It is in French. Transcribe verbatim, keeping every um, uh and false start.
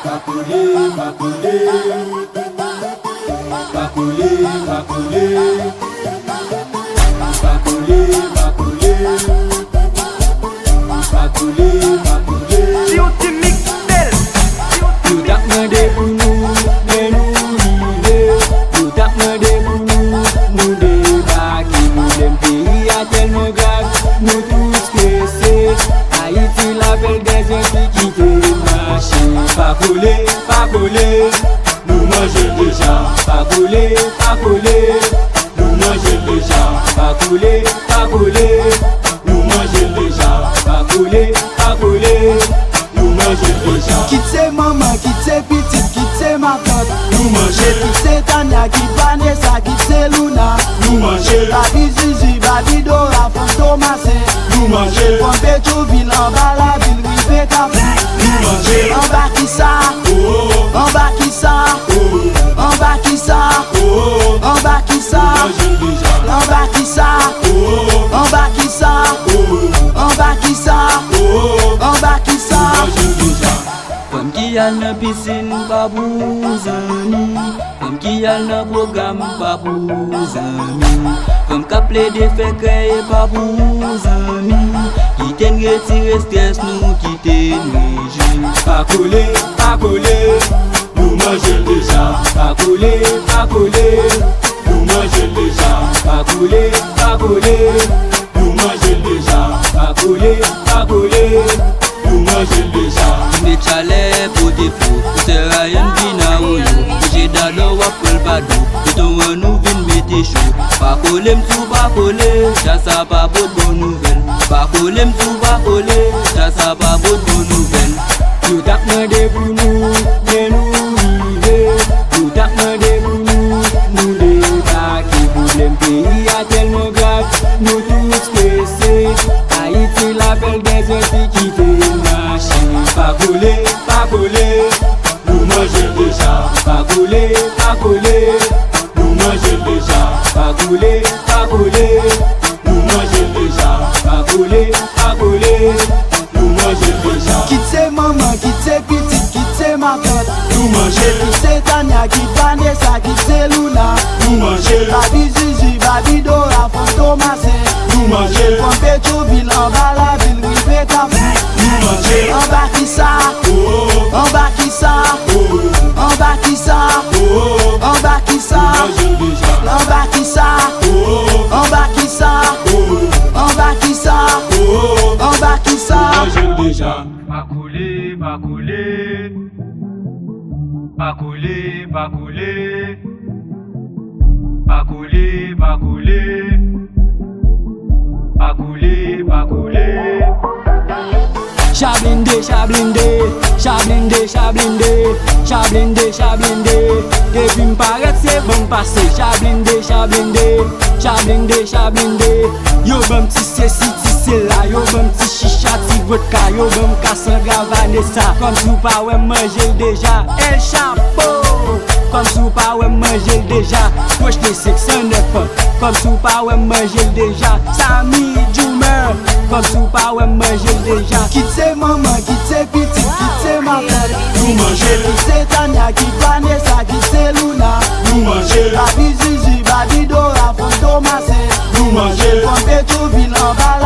pas coller, pas coller, pas coller, pas coller, pas coller, pas coller, pas coller, pas coller. Si on te mixe tel, Nous t'a demandé pour nous, mais nous vivons. Nous t'a demandé pour nous, nous débarquer. Nous l'aime pays a tellement grave, nous tous stressés. Haïti la belle des gens qui quittent marché. Pas coller, pas coller, nous mangeons déjà. Pas coller, pas coller, nous mangeons déjà. Pas coller, pas coller, nous mangeons déjà. Pas coller, pas coller, nous mangeons déjà. Quitte maman, quitte petite, quitte ma tante. Nous mangeons, Quitte Tania, quitte Vanessa, quitte Luna. nous mangeons, Babi Zizi, Babi Dora, Fantomasin. nous mangeons, From Pétroville, en bas la ville, Rive Café. nous mangeons. En bas qui ça, Oh, en bas qui ça, oh, en bas qui ça, oh, en bas qui ça, mangeons déjà. en bas qui ça, Oh, en bas qui ça, oh, en bas qui ça, oh, en bas qui ça. mangeons déjà. Femme qui a dans piscine, pas pour amis. Femme qui a dans programme, pas pour amis. Femme qui a plaidé fait créer, pas pour amis. Qui t'aime retirer stress, nous qui t'aime réjouir. Pas coller, pas coller, nous mangeons déjà. Pas coller, pas coller, nous mangeons déjà. Pas coller, pas coller, nous mangeons déjà. Pas coller, pas coller, nous mangeons déjà. Mes chalets pour défaut, c'est rien qui n'a rien. J'ai d'alors après le bado, et ton nous vin mettre chaud. Pas coller, m'sou pas coller, ça ça pas pour bonne nouvelle. Pas coller, m'sou pas coller, ça ça pas pour bonne nouvelle. Nous t'a demandé pour nous, mais nous vivons. Nous t'a demandé pour nous, nous débarquer. Pour le pays a tellement grave, nous tous stressés. Haïti la belle des gens qui quittent marché. Pas coller, pas coller, nous mangeons déjà. Pas coller, pas coller, nous mangeons déjà. Pas coller, pas coller, nous mangeons déjà. Pas coller, pas coller, nous mangeons déjà. Quitte maman, quitte petite, quitte ma tante. Nous mangeons, Quitte Tania, quitte Vanessa, quitte Luna. nous mangeons, Babi Zizi, Babi Dora, Fantomasin. nous mangeons, From Pétroville, en bas la ville, Rive Café. nous mangeons. En bas qui ça, Oh, en bas qui ça, oh, en bas qui ça, oh, en bas qui ça, mangeons déjà. en bas qui ça, Oh, en bas qui ça, oh, en bas qui ça, oh, en bas qui ça. mangeons déjà. pas coller, pas coller, pas coller, pas coller, pas coller, pas coller, pas coller, pas coller. Chablinde, chablinde, chablinde, chablinde, chablinde, chablinde. Depuis m'paraît c'est bon passé. Chablinde, chablinde, chablinde, chablinde. Yo bon petit ceci, petit cela, yo bon petit chicha, petit vodka, yo bon Cassandra Vanessa. Comme si ou pas ouais manger déjà, El Chapeau. Comme si ou pas ouais manger déjà, poche de six cent neuf. Comme si ou pas ouais manger déjà, Sami Djoumer. Comme si ou pas ouais manger déjà. Quitte maman, quitte petite, quitte ma tante. Nous mangeons, Quitte Tania, quitte Vanessa, quitte Luna. nous mangeons, Babi Zizi, Babi Dora, Fantomasin. nous mangeons. From Pétroville, en bas la